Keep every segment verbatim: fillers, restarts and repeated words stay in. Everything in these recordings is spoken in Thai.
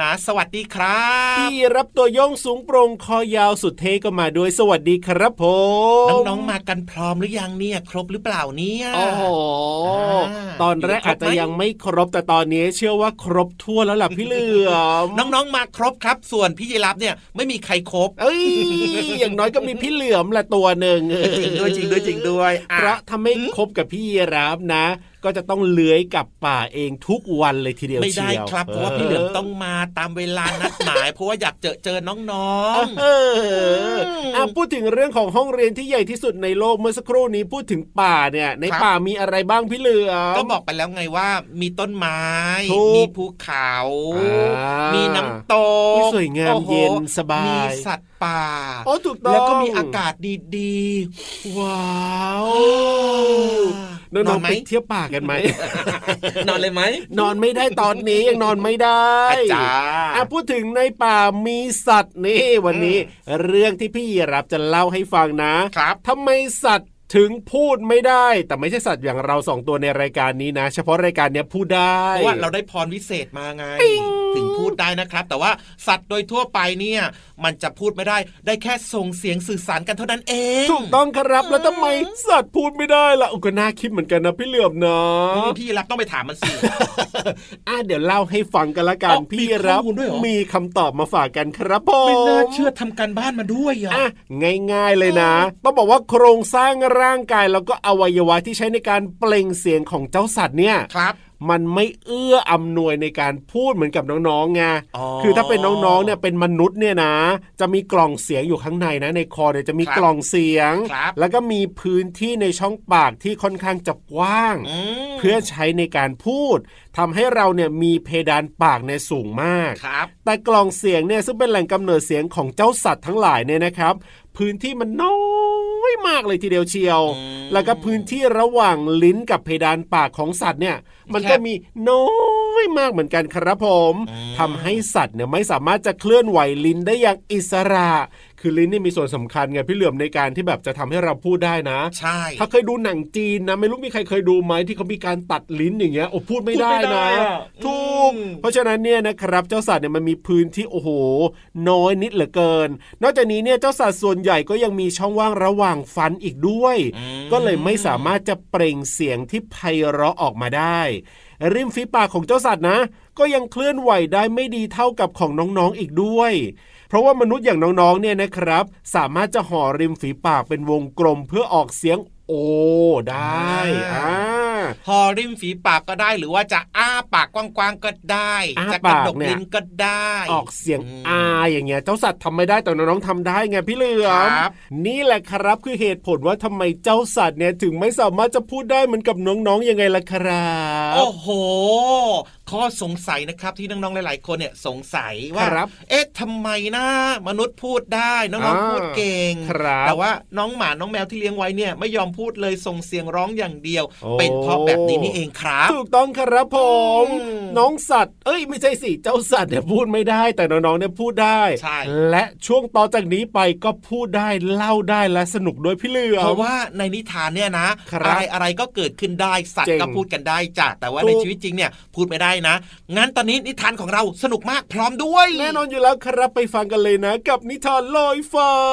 นะสวัสดีครับพี่รับตัวโยงสูงโปร่งคอยาวสุดเท่ก็มาด้วยสวัสดีครับผมน้องๆมากันพร้อมหรือยังเนี่ยครบหรือเปล่าเนี่ยโอ้โหตอนแรกอาจจะยังไม่ครบแต่ตอนนี้เชื่อว่าครบทั่วแล้วล่ะพี่เหลือมน้องๆมาครบครับส่วนพี่ยีรับเนี่ยไม่มีใครครบเอ้ยอย่างน้อยก็มีพี่เหลือมละตัวหนึ่งจริงด้วยจริงด้วยจริงด้วยเพราะถ้าไม่ครบกับพี่ยีรับนะก็จะต้องเลื้อยกลับป่าเองทุกวันเลยทีเดียวไม่ได้ครับเพราะว่าพี่เหลือมต้องมาตามเวลานัดหมายเพราะว่าอยากเจอเจอน้องๆเอออ่ะพูดถึงเรื่องของห้องเรียนที่ใหญ่ที่สุดในโลกเมื่อสักครู่นี้พูดถึงป่าเนี่ยในป่ามีอะไรบ้างพี่เหลือมก็บอกไปแล้วไงว่ามีต้นไม้มีภูเขามีน้ำตกสวยงามเย็นสบายมีสัตว์ป่าโอ้ถูกต้องแล้วก็มีอากาศดีๆว้าวน้องๆไปเที่ยวป่ากันไหมนอนเลยไหมนอนไม่ได้ตอนนี้ยังนอนไม่ได้จ้าอ่ะพูดถึงในป่ามีสัตว์นี่วันนี้เรื่องที่พี่รับจะเล่าให้ฟังนะครับทำไมสัตว์ถึงพูดไม่ได้แต่ไม่ใช่สัตว์อย่างเราสองตัวในรายการนี้นะเฉพาะรายการเนี้ยพูดได้เพราะว่าเราได้พรวิเศษมาไงถึงพูดได้นะครับแต่ว่าสัตว์โดยทั่วไปเนี่ยมันจะพูดไม่ได้ได้แค่ส่งเสียงสื่อสารกันเท่านั้นเองถูกต้องครับแล้วทำไมสัตว์พูดไม่ได้ล่ะก็น่าคิดเหมือนกันนะพี่เหลือมนะพี่รับต้องไปถามมันสิอ่ะเดี๋ยวเล่าให้ฟังกันละกันพี่รับมีคำตอบมาฝากกันครับผมไม่น่าเชื่อทำการบ้านมาด้วยอ่ะง่ายๆเลยนะต้องบอกว่าโครงสร้างร่างกายแล้วก็อวัยวะที่ใช้ในการเปล่งเสียงของเจ้าสัตว์เนี่ยครับมันไม่เอื้ออำนวยในการพูดเหมือนกับน้องๆไงคือถ้าเป็นน้องๆเนี่ยเป็นมนุษย์เนี่ยนะจะมีกล่องเสียงอยู่ข้างในนะในคอเนี่ยจะมีกล่องเสียงแล้วก็มีพื้นที่ในช่องปากที่ค่อนข้างจะกว้างเพื่อใช้ในการพูดทำให้เราเนี่ยมีเพดานปากในสูงมากแต่กล่องเสียงเนี่ยซึ่งเป็นแหล่งกำเนิดเสียงของเจ้าสัตว์ทั้งหลายเนี่ยนะครับพื้นที่มันน้อยมากเลยทีเดียวเชียวแล้วก็พื้นที่ระหว่างลิ้นกับเพดานปากของสัตว์เนี่ยมันก็มีน้อยมากเหมือนกันครับผมทำให้สัตว์เนี่ยไม่สามารถจะเคลื่อนไหวลิ้นได้อย่างอิสระคือลิ้นนี่มีส่วนสำคัญไงพี่เหลือมในการที่แบบจะทำให้เราพูดได้นะใช่ถ้าเคยดูหนังจีนนะไม่รู้มีใครเคยดูไหมที่เขามีการตัดลิ้นอย่างเงี้ยโอ้พูดไม่ได้นะถูกเพราะฉะนั้นเนี่ยนะครับเจ้าสัตว์เนี่ยมันมีพื้นที่โอ้โหน้อยนิดเหลือเกินนอกจากนี้เนี่ยเจ้าสัตว์ส่วนใหญ่ก็ยังมีช่องว่างระหว่างฟันอีกด้วยก็เลยไม่สามารถจะเปล่งเสียงที่ไพเราะออกมาได้ริมฝีปากของเจ้าสัตว์นะก็ยังเคลื่อนไหวได้ไม่ดีเท่ากับของน้องๆอีกด้วยเพราะว่ามนุษย์อย่างน้องๆเนี่ยนะครับสามารถจะห่อริมฝีปากเป็นวงกลมเพื่อออกเสียงโอได้อ่าห่อริมฝีปากก็ได้หรือว่าจะอ้าปากกว้างๆก็ได้จะกระดกลิ้นก็ได้ออกเสียงอาอย่างเงี้ยเจ้าสัตว์ทำไม่ได้แต่น้องๆทำได้ไงพี่เหลือมนี่แหละครับคือเหตุผลว่าทำไมเจ้าสัตว์เนี่ยถึงไม่สามารถจะพูดได้เหมือนกับน้องๆยังไงล่ะครับโอ้โหข้อสงสัยนะครับที่น้องๆหลายๆคนเนี่ยสงสัยว่าเอ๊ะทำไมนะมนุษย์พูดได้น้องๆพูดเก่งแต่ว่าน้องหมาน้องแมวที่เลี้ยงไว้เนี่ยไม่ยอมพูดเลยส่งเสียงร้องอย่างเดียวเป็นเพราะแบบนี้นี่เองครับถูกต้องครับผมน้องสัตว์เอ้ยไม่ใช่สิเจ้าสัตว์เนี่ยพูดไม่ได้แต่น้องๆเนี่ยพูดได้และช่วงต่อจากนี้ไปก็พูดได้เล่าได้และสนุกด้วยพี่เหลือมเพราะว่าในนิทานเนี่ยนะอะไรอะไรก็เกิดขึ้นได้สัตว์ก็พูดกันได้จ้ะแต่ว่าในชีวิตจริงเนี่ยพูดไม่ได้นะงั้นตอนนี้นิทานของเราสนุกมากพร้อมด้วยแน่นอนอยู่แล้วครับไปฟังกันเลยนะกับนิทานลอยฟ้า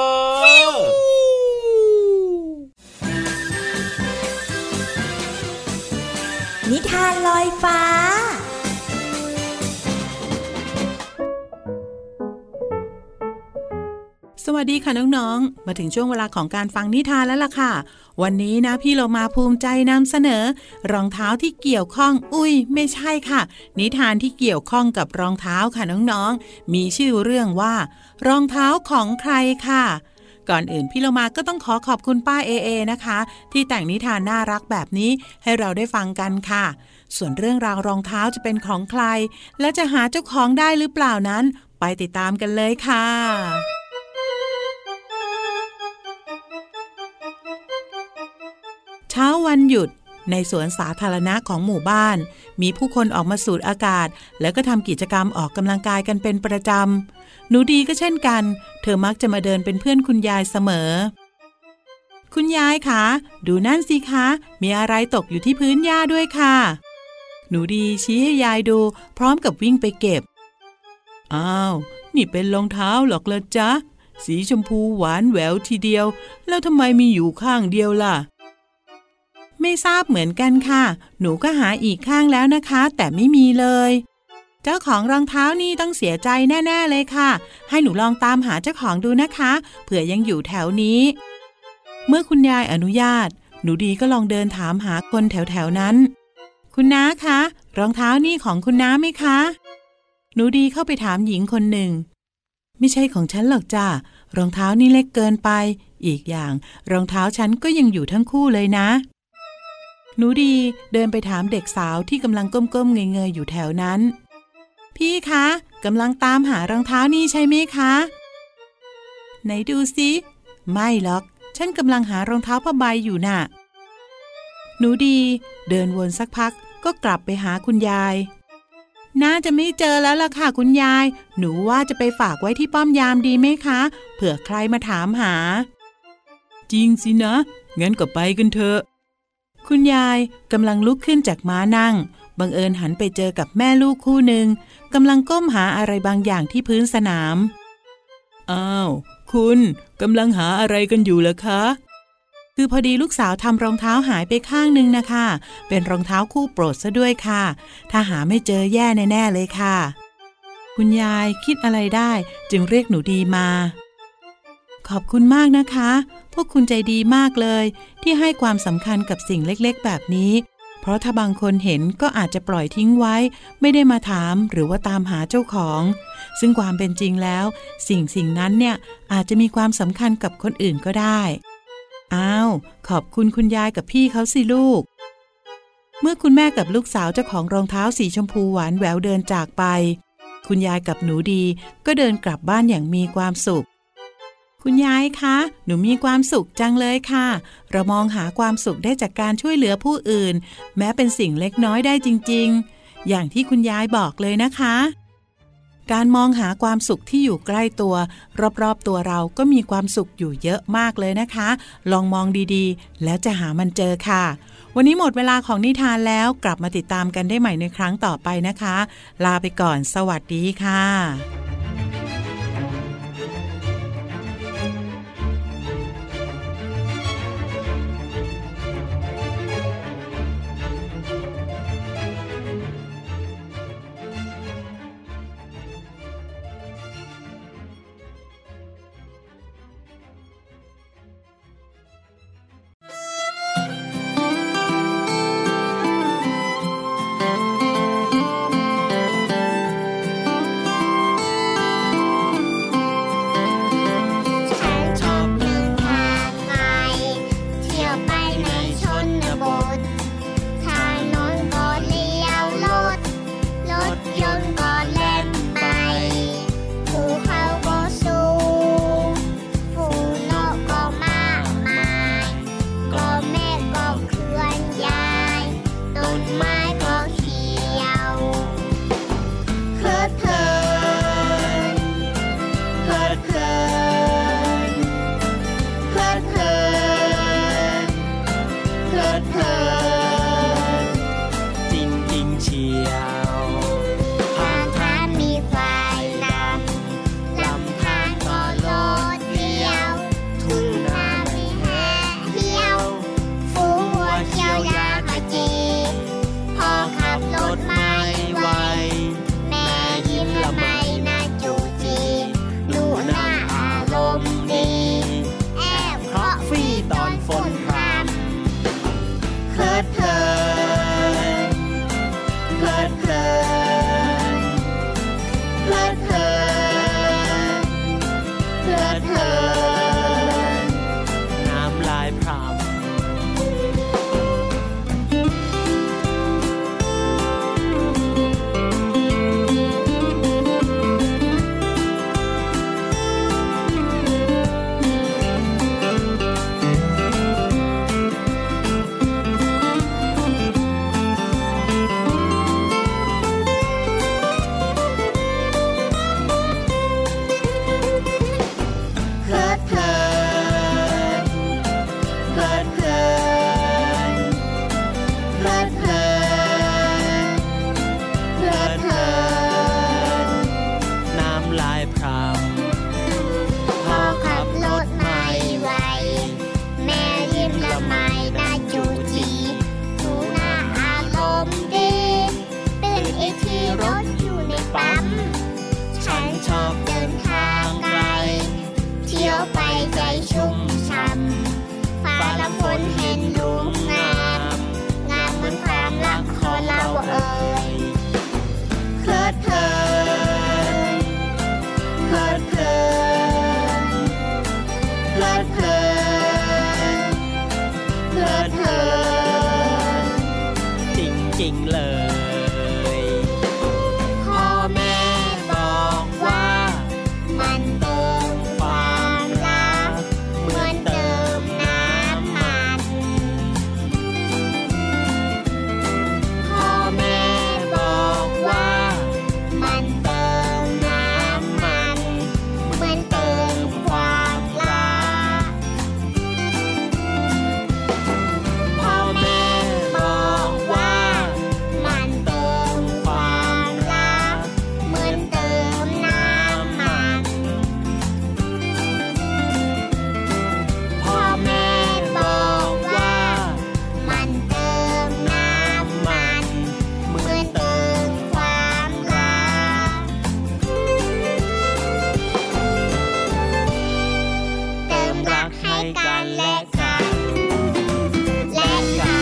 นิทานลอยฟ้าสวัสดีค่ะน้องๆมาถึงช่วงเวลาของการฟังนิทานแล้วล่ะค่ะวันนี้นะพี่เรามาภูมิใจนำเสนอรองเท้าที่เกี่ยวข้องอุ้ยไม่ใช่ค่ะนิทานที่เกี่ยวข้องกับรองเท้าค่ะน้องๆมีชื่อเรื่องว่ารองเท้าของใครค่ะก่อนอื่นพี่เรามาก็ต้องขอขอบคุณป้าเอเอนะคะที่แต่งนิทานน่ารักแบบนี้ให้เราได้ฟังกันค่ะส่วนเรื่องราวรองเท้าจะเป็นของใครและจะหาเจ้าของได้หรือเปล่านั้นไปติดตามกันเลยค่ะเช้าวันหยุดในสวนสาธารณะของหมู่บ้านมีผู้คนออกมาสูดอากาศแล้วก็ทำกิจกรรมออกกำลังกายกันเป็นประจำหนูดีก็เช่นกันเธอมักจะมาเดินเป็นเพื่อนคุณยายเสมอคุณยายคะดูนั่นสิคะมีอะไรตกอยู่ที่พื้นหญ้าด้วยค่ะหนูดีชี้ให้ยายดูพร้อมกับวิ่งไปเก็บอ้าวนี่เป็นรองเท้าหรอกเหรอจ๊ะสีชมพูหวานแหววทีเดียวแล้วทำไมมีอยู่ข้างเดียวล่ะไม่ทราบเหมือนกันค่ะหนูก็หาอีกข้างแล้วนะคะแต่ไม่มีเลยเจ้าของรองเท้านี่ต้องเสียใจแน่ๆเลยค่ะให้หนูลองตามหาเจ้าของดูนะคะเผื่อยังอยู่แถวนี้เมื่อคุณยายอนุญาตหนูดีก็ลองเดินถามหาคนแถวๆนั้นคุณน้าคะรองเท้านี่ของคุณน้าไหมคะหนูดีเข้าไปถามหญิงคนหนึ่งไม่ใช่ของฉันหรอกจ้ารองเท้านี่เล็กเกินไปอีกอย่างรองเท้าฉันก็ยังอยู่ทั้งคู่เลยนะหนูดีเดินไปถามเด็กสาวที่กำลังก้มๆเงยๆอยู่แถวนั้นพี่คะกำลังตามหารองเท้านี่ใช่ไหมคะไหนดูสิไม่หรอกฉันกำลังหารองเท้าผ้าใบอยู่น่ะหนูดีเดินวนสักพักก็กลับไปหาคุณยายน่าจะไม่เจอแล้วล่ะค่ะคุณยายหนูว่าจะไปฝากไว้ที่ป้อมยามดีไหมคะเผื่อใครมาถามหาจริงสินะงั้นก็ไปกันเถอะคุณยายกำลังลุกขึ้นจากม้านั่งบังเอิญหันไปเจอกับแม่ลูกคู่หนึ่งกำลังก้มหาอะไรบางอย่างที่พื้นสนามอ้าวคุณกำลังหาอะไรกันอยู่เหรอคะคือพอดีลูกสาวทำรองเท้าหายไปข้างนึงนะคะเป็นรองเท้าคู่โปรดซะด้วยค่ะถ้าหาไม่เจอแย่แน่ๆเลยค่ะคุณยายคิดอะไรได้จึงเรียกหนูดีมาขอบคุณมากนะคะพวกคุณใจดีมากเลยที่ให้ความสำคัญกับสิ่งเล็กๆแบบนี้เพราะถ้าบางคนเห็นก็อาจจะปล่อยทิ้งไว้ไม่ได้มาถามหรือว่าตามหาเจ้าของซึ่งความเป็นจริงแล้วสิ่งสิ่งนั้นเนี่ยอาจจะมีความสำคัญกับคนอื่นก็ได้อ้าวขอบคุณคุณยายกับพี่เขาสิลูกเมื่อคุณแม่กับลูกสาวเจ้าของรองเท้าสีชมพูหวานแหววเดินจากไปคุณยายกับหนูดีก็เดินกลับบ้านอย่างมีความสุขคุณยายคะหนูมีความสุขจังเลยค่ะเรามองหาความสุขได้จากการช่วยเหลือผู้อื่นแม้เป็นสิ่งเล็กน้อยได้จริงๆอย่างที่คุณยายบอกเลยนะคะการมองหาความสุขที่อยู่ใกล้ตัวรอบๆตัวเราก็มีความสุขอยู่เยอะมากเลยนะคะลองมองดีๆแล้วจะหามันเจอค่ะวันนี้หมดเวลาของนิทานแล้วกลับมาติดตามกันได้ใหม่ในครั้งต่อไปนะคะลาไปก่อนสวัสดีค่ะำลายพรำพ่อขับรถไม่ไหวแม่ยิ้มละไมหน้าจูจีดูหน้าอารมณ์ดีตื่นอีกทีรถอยู่ในปั๊มฉันชอบเดินทางไกลเที่ยวไปใจชุ่มช่ำฟ้าละฝนเห็นดูงามงามเหมือนความรักของเราเอ่ยเพลิดเพลินเพลิดเพลินเพลิดเพลินเพลิดเพลินจริงๆเลยพ่อแม่บอกว่ามันเติมความรักเหมือนเติมน้ำมันพ่อแม่บอกว่ามันเติมน้ำมันเหมือนเติมความรักพ่อแม่บอกว่ามันเติมความรักเหมือนเติมน้ำมันพ่อแม่บอกว่ามันเติมน้ำมันเหมือนเติมความรักเติมรักให้กันและกันและกัน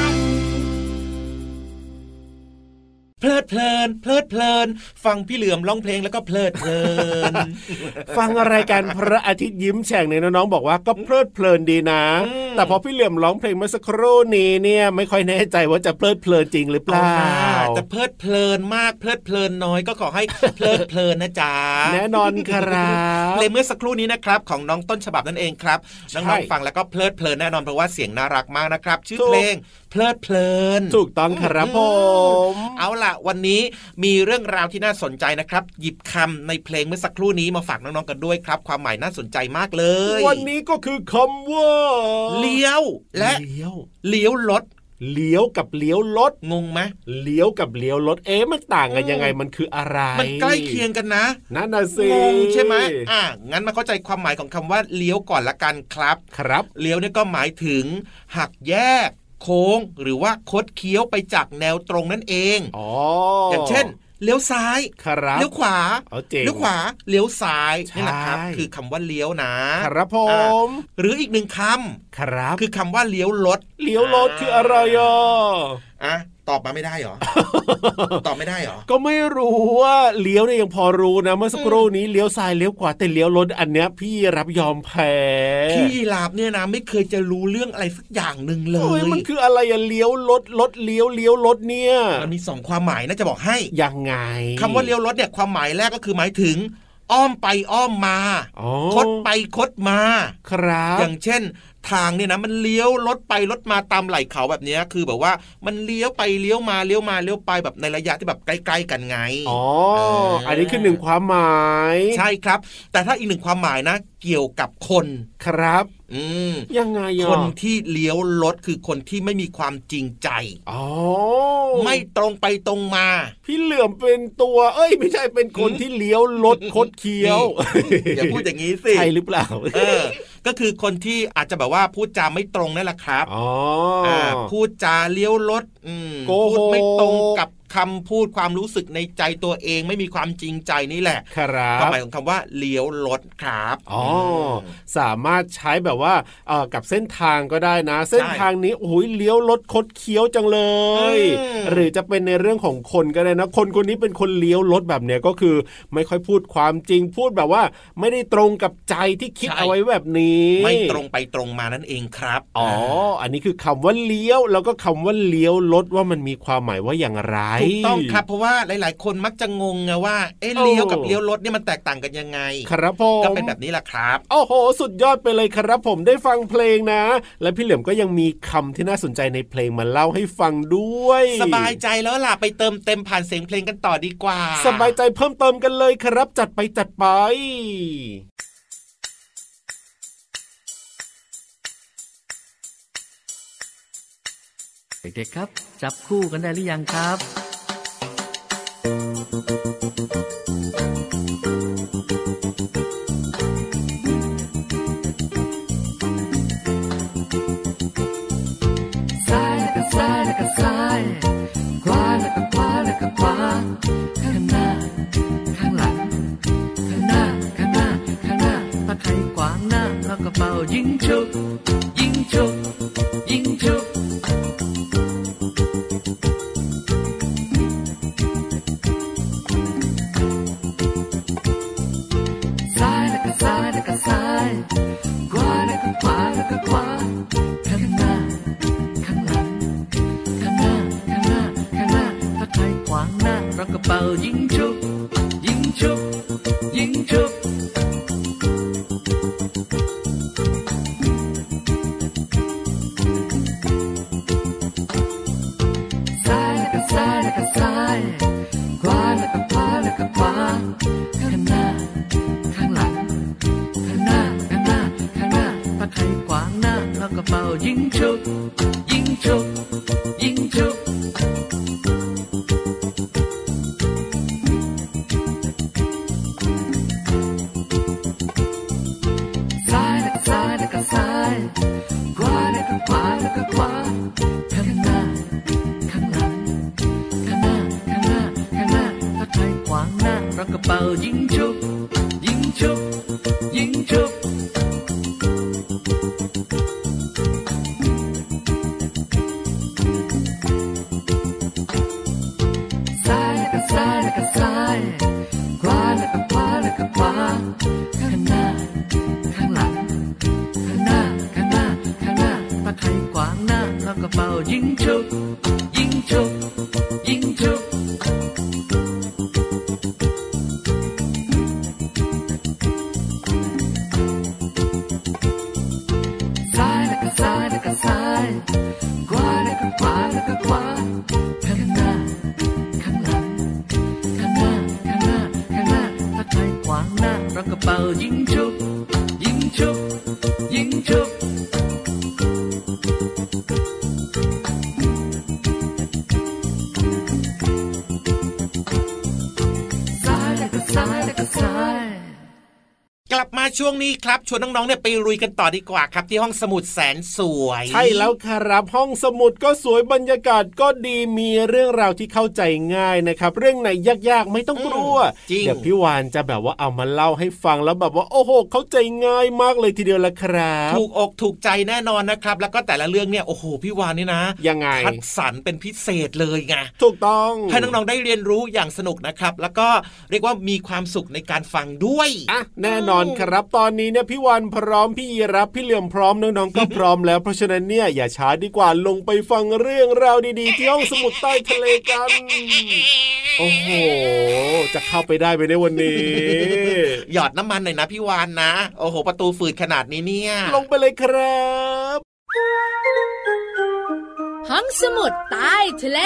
เพลิดเพลินเพลิดเพลินฟังพี่เหลือมร้องเพลงแล้วก็เพลิดเพลินฟังอะไรกันพระอาทิตย์ยิ้มแฉ่งเนี่ยน้องๆบอกว่าก็เพลิดเพลินดีนะแต่พอพี่เหลือมร้องเพลงเมื่อสักครู่นี้เนี่ยไม่ค่อยแน่ใจว่าจะเพลิดเพลินจริงหรือเปล่าจะเพลิดเพลินมากเพลิดเพลินน้อยก็ขอให้เพลิดเพลินนะจ๊ะแน่นอนครับเพลงเมื่อสักครู่นี้นะครับของน้องต้นฉบับนั่นเองครับน้องๆฟังแล้วก็เพลิดเพลินแน่นอนเพราะว่าเสียงน่ารักมากนะครับชื่อเพลงเพลิดเพลินถูกต้องครับผมเอาล่ะวันนี้มีเรื่องราวที่น่าสนใจนะครับหยิบคำในเพลงเมื่อสักครู่นี้มาฝากน้องๆกันด้วยครับความหมายน่าสนใจมากเลยวันนี้ก็คือคำว่าเลี้ยวและเลี้ยวเลี้ยวรถเลี้ยวกับเลี้ยวรถงงไหมเลี้ยวกับเลี้ยวรถเอ๊ะมันต่างกันยังไงมันคืออะไรมันใกล้เคียงกันนะนั่นน่ะสิงงใช่ไหมอ่ะงั้นมาเข้าใจความหมายของคำว่าเลี้ยวก่อนละกันครับครับเลี้ยวเนี่ยก็หมายถึงหักแยกโค้งหรือว่าคดเคี้ยวไปจากแนวตรงนั่นเองอ๋ออย่างเช่นเลี้ยวซ้ายเลี้ยวขวาเลี้ยวขวาเลี้ยวซ้ายนี่แหละครับคือคำว่าเลี้ยวนะครับผมหรืออีกหนึ่งคำครับคือคำว่าเลี้ยวรถเลี้ยวรถคืออะไรอ่ะอ่ะตอบมาไม่ได้หรอ ตอบไม่ได้หรอก็ไม่รู้ว่าเลี้ยวเนี่ยยังพอรู้นะเมื่อสักครู่นี้เลี้ยวซ้ายเลี้ยวขวาแต่เลี้ยวรถอันเนี้ยพี่รับยอมแพ้พี่ลาบเนี่ยนะไม่เคยจะรู้เรื่องอะไรสักอย่างนึงเลยมันคืออะไรอะเลี้ยวรถรถเลี้ยวเลี้ยวรถเนี่ยมันมีสองความหมายนะจะบอกให้ยังไงคำว่าเลี้ยวรถเนี่ยความหมายแรกก็คือหมายถึงอ้อมไปอ้อมมาคดไปคดมาครับอย่างเช่นทางเนี่ยนะมันเลี้ยวรถไปรถมาตามไหล่เขาแบบนี้คือแบบว่ามันเลี้ยวไปเลี้ยวมาเลี้ยวมาเลี้ยวไปแบบในระยะที่แบบใกล้ๆกันไงอ๋ออันนี้คือหนึ่งความหมายใช่ครับแต่ถ้าอีกหนึ่งความหมายนะเกี่ยวกับคนครับอืมยังไงอ่ะคนที่เลี้ยวรถคือคนที่ไม่มีความจริงใจอ๋อไม่ตรงไปตรงมาพี่เหลื่อมเป็นตัวเอ้ยไม่ใช่เป็นคนที่เลี้ยวรถคดเคี้ยวอย่าพูดอย่างนี้สิใช่หรือเปล่าเออก็คือคนที่อาจจะแบบว่าพูดจาไม่ตรงนั่นแหละครับอ๋อพูดจาเลี้ยวรถพูดไม่ตรงกับคำพูดความรู้สึกในใจตัวเองไม่มีความจริงใจนี่แหละครับความหมายของคำว่าเลี้ยวรถครับอ๋อสามารถใช้แบบว่าเอ่อกับเส้นทางก็ได้นะเส้นทางนี้โอ้ยเลี้ยวรถคดเคี้ยวจังเลยหรือจะเป็นในเรื่องของคนก็ได้นะคนคนนี้เป็นคนเลี้ยวรถแบบเนี้ยก็คือไม่ค่อยพูดความจริงพูดแบบว่าไม่ได้ตรงกับใจที่คิดเอาไว้แบบนี้ไม่ตรงไปตรงมานั่นเองครับอ๋ออันนี้คือคำว่าเลี้ยวแล้วก็คำว่าเลี้ยวรถว่ามันมีความหมายว่าอย่างไรถูกต้องครับเพราะว่าหลายๆคนมักจะงงไงว่าเอ๊ะเลี้ยวกับเลี้ยวรถนี่มันแตกต่างกันยังไงครับผมก็เป็นแบบนี้แหละครับโอ้โหสุดยอดไปเลยครับผมได้ฟังเพลงนะและพี่เหลือมก็ยังมีคำที่น่าสนใจในเพลงมาเล่าให้ฟังด้วยสบายใจแล้วล่ะไปเติมเต็มผ่านเสียงเพลงกันต่อดีกว่าสบายใจเพิ่มเติมกันเลยครับจัดไปจัดไปเด็กๆครับจับคู่กันได้หรือยังครับไขขวางหน้าแล้วก็เป่ายิงฉุบยิงฉุบยิงฉุบซ้ายแล้วก็ซ้ายแล้วก็ซ้ายขวาแล้วก็ขวาแล้วก็ขวาข้างหน้าข้างหลังข้างหน้าข้างหน้าข้างหน้าถ้าใครขวางหน้าเราก็เป่ายิงฉุบยิงฉุบยิงฉุบซ้ายแล้วก็ซ้ายแล้วก็ซ้ายขวาแล้วก็ขวาแล้วก็ขวาข้างหน้าข้างหลังข้างหน้าข้างหน้าข้างหน้าถ้าใครขวางหน้าเราก็เป่ายิงฉุบยิงฉุบยิงฉุบซ้ายแล้วก็ซ้ายแล้วก็ซ้ายขวาแล้วก็ขวาแล้วก็ขวาข้างหน้าข้างหลังข้างหน้าข้างหน้าข้างหน้าถ้าใครขวางหน้าเราก็เป่ายิงฉุบยิงฉุบยิงฉุบซ้ายแล้วก็ซ้ายแล้วก็ซ้ายขวาแล้วก็ขวาแล้วก็ขวาข้างหน้าข้างหลังข้างหน้าข้างหน้าข้างหน้าถ้าใครขวางหน้าเราก็เป่ายิงฉุบยิงฉุบยิงฉุบซ้ายแล้วก็ซ้ายแล้วก็ซ้ายขวาแล้วก็ขวาแล้วก็ขวาข้างหน้าข้างหลังข้างหน้าข้างหน้าข้างหน้าถ้าใครขวางหน้าเราก็เป่ายิงฉุบยิงฉุบยิงฉุบซ้ายแล้วก็ซ้ายแล้วก็ซ้ายกลับมาช่วงนี้ครับชวนน้องๆเนี่ยไปลุยกันต่อดีกว่าครับที่ห้องสมุดแสนสวยใช่แล้วครับห้องสมุดก็สวยบรรยากาศก็ดีมีเรื่องราวที่เข้าใจง่ายนะครับเรื่องไหนยากๆไม่ต้องกลัวเดี๋ยวพี่วานจะแบบว่าเอามาเล่าให้ฟังแล้วแบบว่าโอ้โหเข้าใจง่ายมากเลยทีเดียวละครับถูกอกถูกใจแน่นอนนะครับแล้วก็แต่ละเรื่องเนี่ยโอ้โหพี่วานนี่นะยังไงคัดสรรเป็นพิเศษเลยไงถูกต้องให้น้องๆได้เรียนรู้อย่างสนุกนะครับแล้วก็เรียกว่ามีความสุขในการฟังด้วยอ่ะแน่นอนครับตอนนี้เนี่ยพี่วานพร้อมพี่ยีรับพี่เหลี่ยมพร้อมน้องๆก็พร้อมแล้วเพราะฉะนั้นเนี่ยอย่าช้าดีกว่าลงไปฟังเรื่องราวดีๆที่ห้องสมุดใต้ทะเลกันโอ้โหจะเข้าไปได้ไหมในวันนี้หยอดน้ำมันหน่อยนะพี่วานนะโอ้โหประตูฝืดขนาดนี้เนี่ยลงไปเลยครับห้องสมุดใต้ทะเล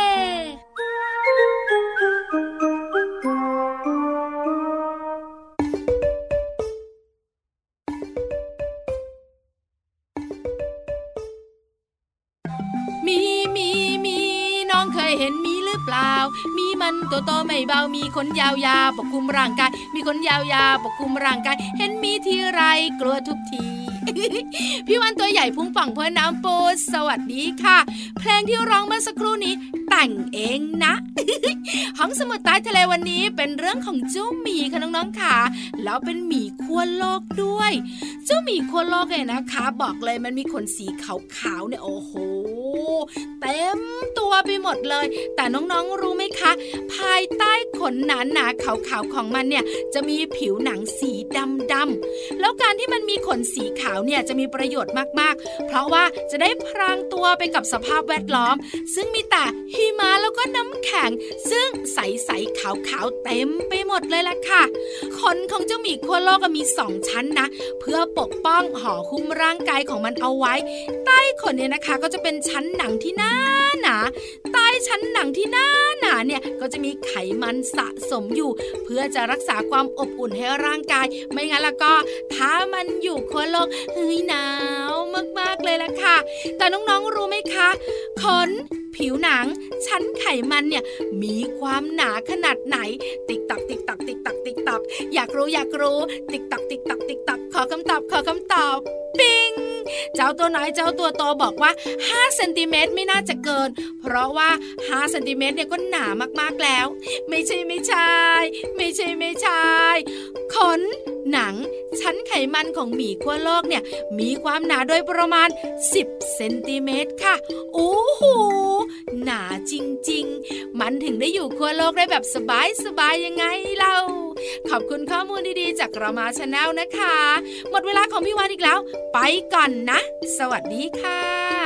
มีมีมีน้องเคยเห็นมีหรือเปล่ามีมันตัวโตไม่เบามีขนยาวๆปกคลุมร่างกายมีขนยาวๆปกคลุมร่างกายเห็นมีทีไรกลัวทุกที พี่วันตัวใหญ่พุงป่องเพื่อน้ำปูสวัสดีค่ะเพลงที่ร้องเมื่อสักครู่นี้แต่งเองนะ ห้องสมุดใต้ทะเลวันนี้เป็นเรื่องของเจ้าหมีค่ะน้องๆค่ะแล้วเป็นหมีขั้วโลกด้วยเจ้าหมีขั้วโลกเนี่ยนะคะบอกเลยมันมีขนสีขาวๆเนี่ยโอ้โหเต็มตัวไปหมดเลยแต่น้องๆรู้ไหมคะภายใต้ขนหนาๆขาวๆของมันเนี่ยจะมีผิวหนังสีดำๆแล้วการที่มันมีขนสีขาวเนี่ยจะมีประโยชน์มากๆเพราะว่าจะได้พรางตัวไปกับสภาพแวดล้อมซึ่งมีแต่หิมะแล้วก็น้ำแข็งซึ่งใสๆขาวๆเต็มไปหมดเลยล่ะค่ะขนของเจ้าหมีขั้วโลกมีสองชั้นนะเพื่อปกป้องห่อหุ้มร่างกายของมันเอาไว้ใต้ขนเนี่ยนะคะก็จะเป็นชั้นหนังที่หนาหนาใต้ชั้นหนังที่หนาหนาเนี่ยก็จะมีไขมันสะสมอยู่เพื่อจะรักษาความอบอุ่นให้ร่างกายไม่งั้นแล้วก็ถ้ามันอยู่ขั้วโลกเฮ้ยหนาวมากๆเลยล่ะค่ะแต่น้องๆรู้ไหมคะขนผิวหนังชั้นไขมันเนี่ยมีความหนาขนาดไหนติ๊กตักติ๊กตักติ๊กตักติ๊กตักอยากรู้อยากรู้ติ๊กตักติ๊กตักติ๊กตักขอคำตอบขอคำตอบปิ๊งเจ้าตัวน้อยเจ้าตัวโตบอกว่าห้าเซนติเมตรไม่น่าจะเกินเพราะว่าห้าเซนติเมตรเนี่ยก็หนามากๆแล้วไม่ใช่ไม่ใช่ไม่ใช่ไม่ใช่ขนหนังชั้นชั้นไขมันของหมีขั้วโลกเนี่ยมีความหนาโดยประมาณสิบเซนติเมตรค่ะโอ้โหหนาจริงๆมันถึงได้อยู่ขั้วโลกได้แบบสบายๆยังไงเล่าขอบคุณข้อมูลดีๆจากเรามาชาแนลนะคะหมดเวลาของพี่วานอีกแล้วไปก่อนนะสวัสดีค่ะ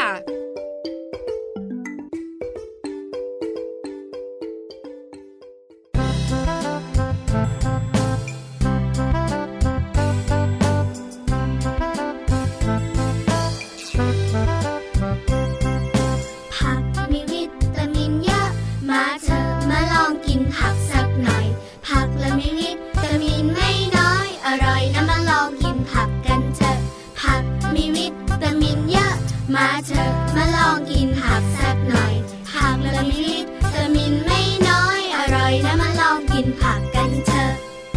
มาเถอะมาลองกินผักสักหน่อยผักละมีวิตามินไม่น้อยอร่อยนะมาลองกินผักกันเถอะ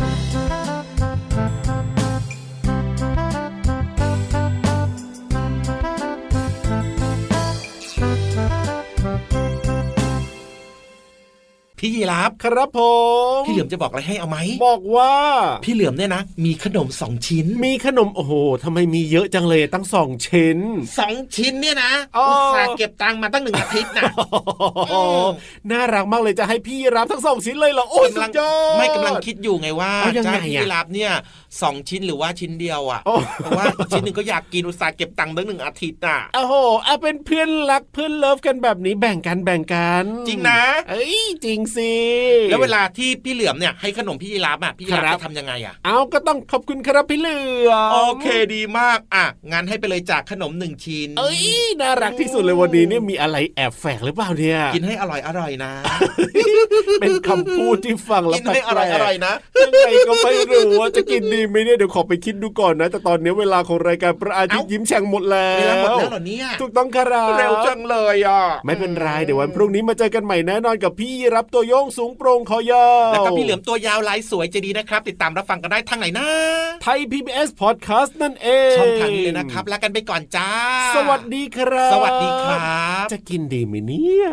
พี่ยีราฟครับผมพี่เหลือมจะบอกอะไรให้เอาไหมบอกว่าพี่เหลือมเนี่ยนะมีขนมสองชิ้นมีขนมโอ้โหทำไมมีเยอะจังเลยตั้งสองชิ้นสองชิ้นเนี่ยนะอุตส่าห์เก็บตังค์มาตั้งหนึ่งอาทิตย์นะน่ารักมากเลยจะให้พี่ยีราฟทั้งสองชิ้นเลยเหรอโอ้ยสุดยอดไม่กำลังคิดอยู่ไงว่าจะให้พี่ยีราฟเนี่ยสองชิ้นหรือว่าชิ้นเดียวอ่ะเพราะว่าชิ้นหนึ่งก็อยากกินอุตส่าห์เก็บตังค์ตั้งหนึ่งอาทิตย์อ่ะโอ้โหเอาเป็นเพื่อนรักเพื่อนเลิฟกันแบบนี้แบ่งกันแบ่งกันจริงนะเอ้ยจริงสิแล้วเวลาที่พี่เหลือมเนี่ยให้ขนมพี่ยีราฟอ่ะพี่ยีราฟจะทำยังไงอ่ะเอาก็ต้องขอบคุณครับพี่เหลือมโอเคดีมากอ่ะงั้นให้ไปเลยจากขนมหนึ่งชิ้นเอ้ยน่ารักที่สุดเลยวันนี้เนี่ยมีอะไรแอบแฝงหรือเปล่าเนี่ยกินให้อร่อยอร่อยนะเป็นคำพูดที่ฟังแล้วกินให้อร่อยอร่อยนะยังไงก็ไม่รู้ว่าจะกินดีไหมเนี่ยเดี๋ยวขอไปคิดดูก่อนนะแต่ตอนนี้เวลาของรายการพระอาทิตย์ยิ้มแฉ่งหมดแล้วเวลาหมดแล้วเหรอเนี่ยถูกต้องครับเร็วจังเลยอ่ะไม่เป็นไรเดี๋ยววันพรุ่งนี้มาเจอกันใหม่แน่นอนกับพี่รับตัวโยงสูงโปร่งคอยาวแล้วก็พี่เหลือมตัวยาวลายสวยใจดีนะครับติดตามรับฟังกันได้ทางไหนนะไทย พี บี เอส Podcast นั่นเองช่องทางนี้เลยนะครับลากันไปก่อนจ้าสวัสดีครับสวัสดีครับจะกินดีไหมเนี่ย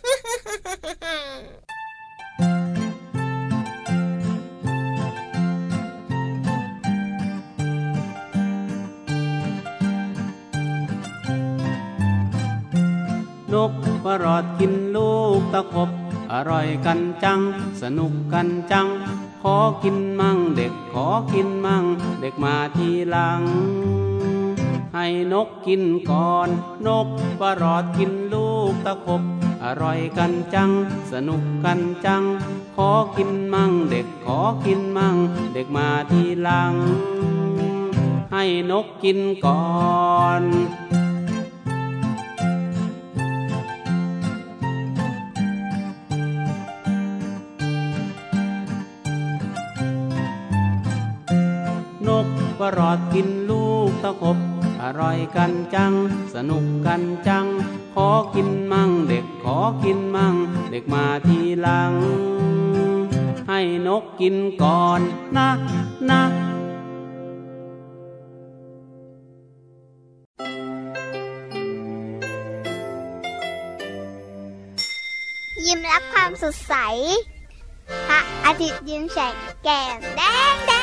นกกระรอดกินลูกตะขบอร่อยกันจังสนุกกันจังขอกินมั่งเด็กขอกินมั่งเด็กมาทีหลังให้นกกินก่อนนกกระรอดกินลูกตะขบอร่อยกันจังสนุกกันจังขอกินมั่งเด็กขอกินมั่งเด็กมาทีหลังให้นกกินก่อนนกกระรอดกินลูกตะขบอร่อยกันจังสนุกกันจังขอกินมั่งเด็กขอกินมั่งเด็กมาทีหลังให้นกกินก่อนนะนะยิ้มรับความสดใสพระอาทิตย์ยิ้มแฉกแก้มแดงแดง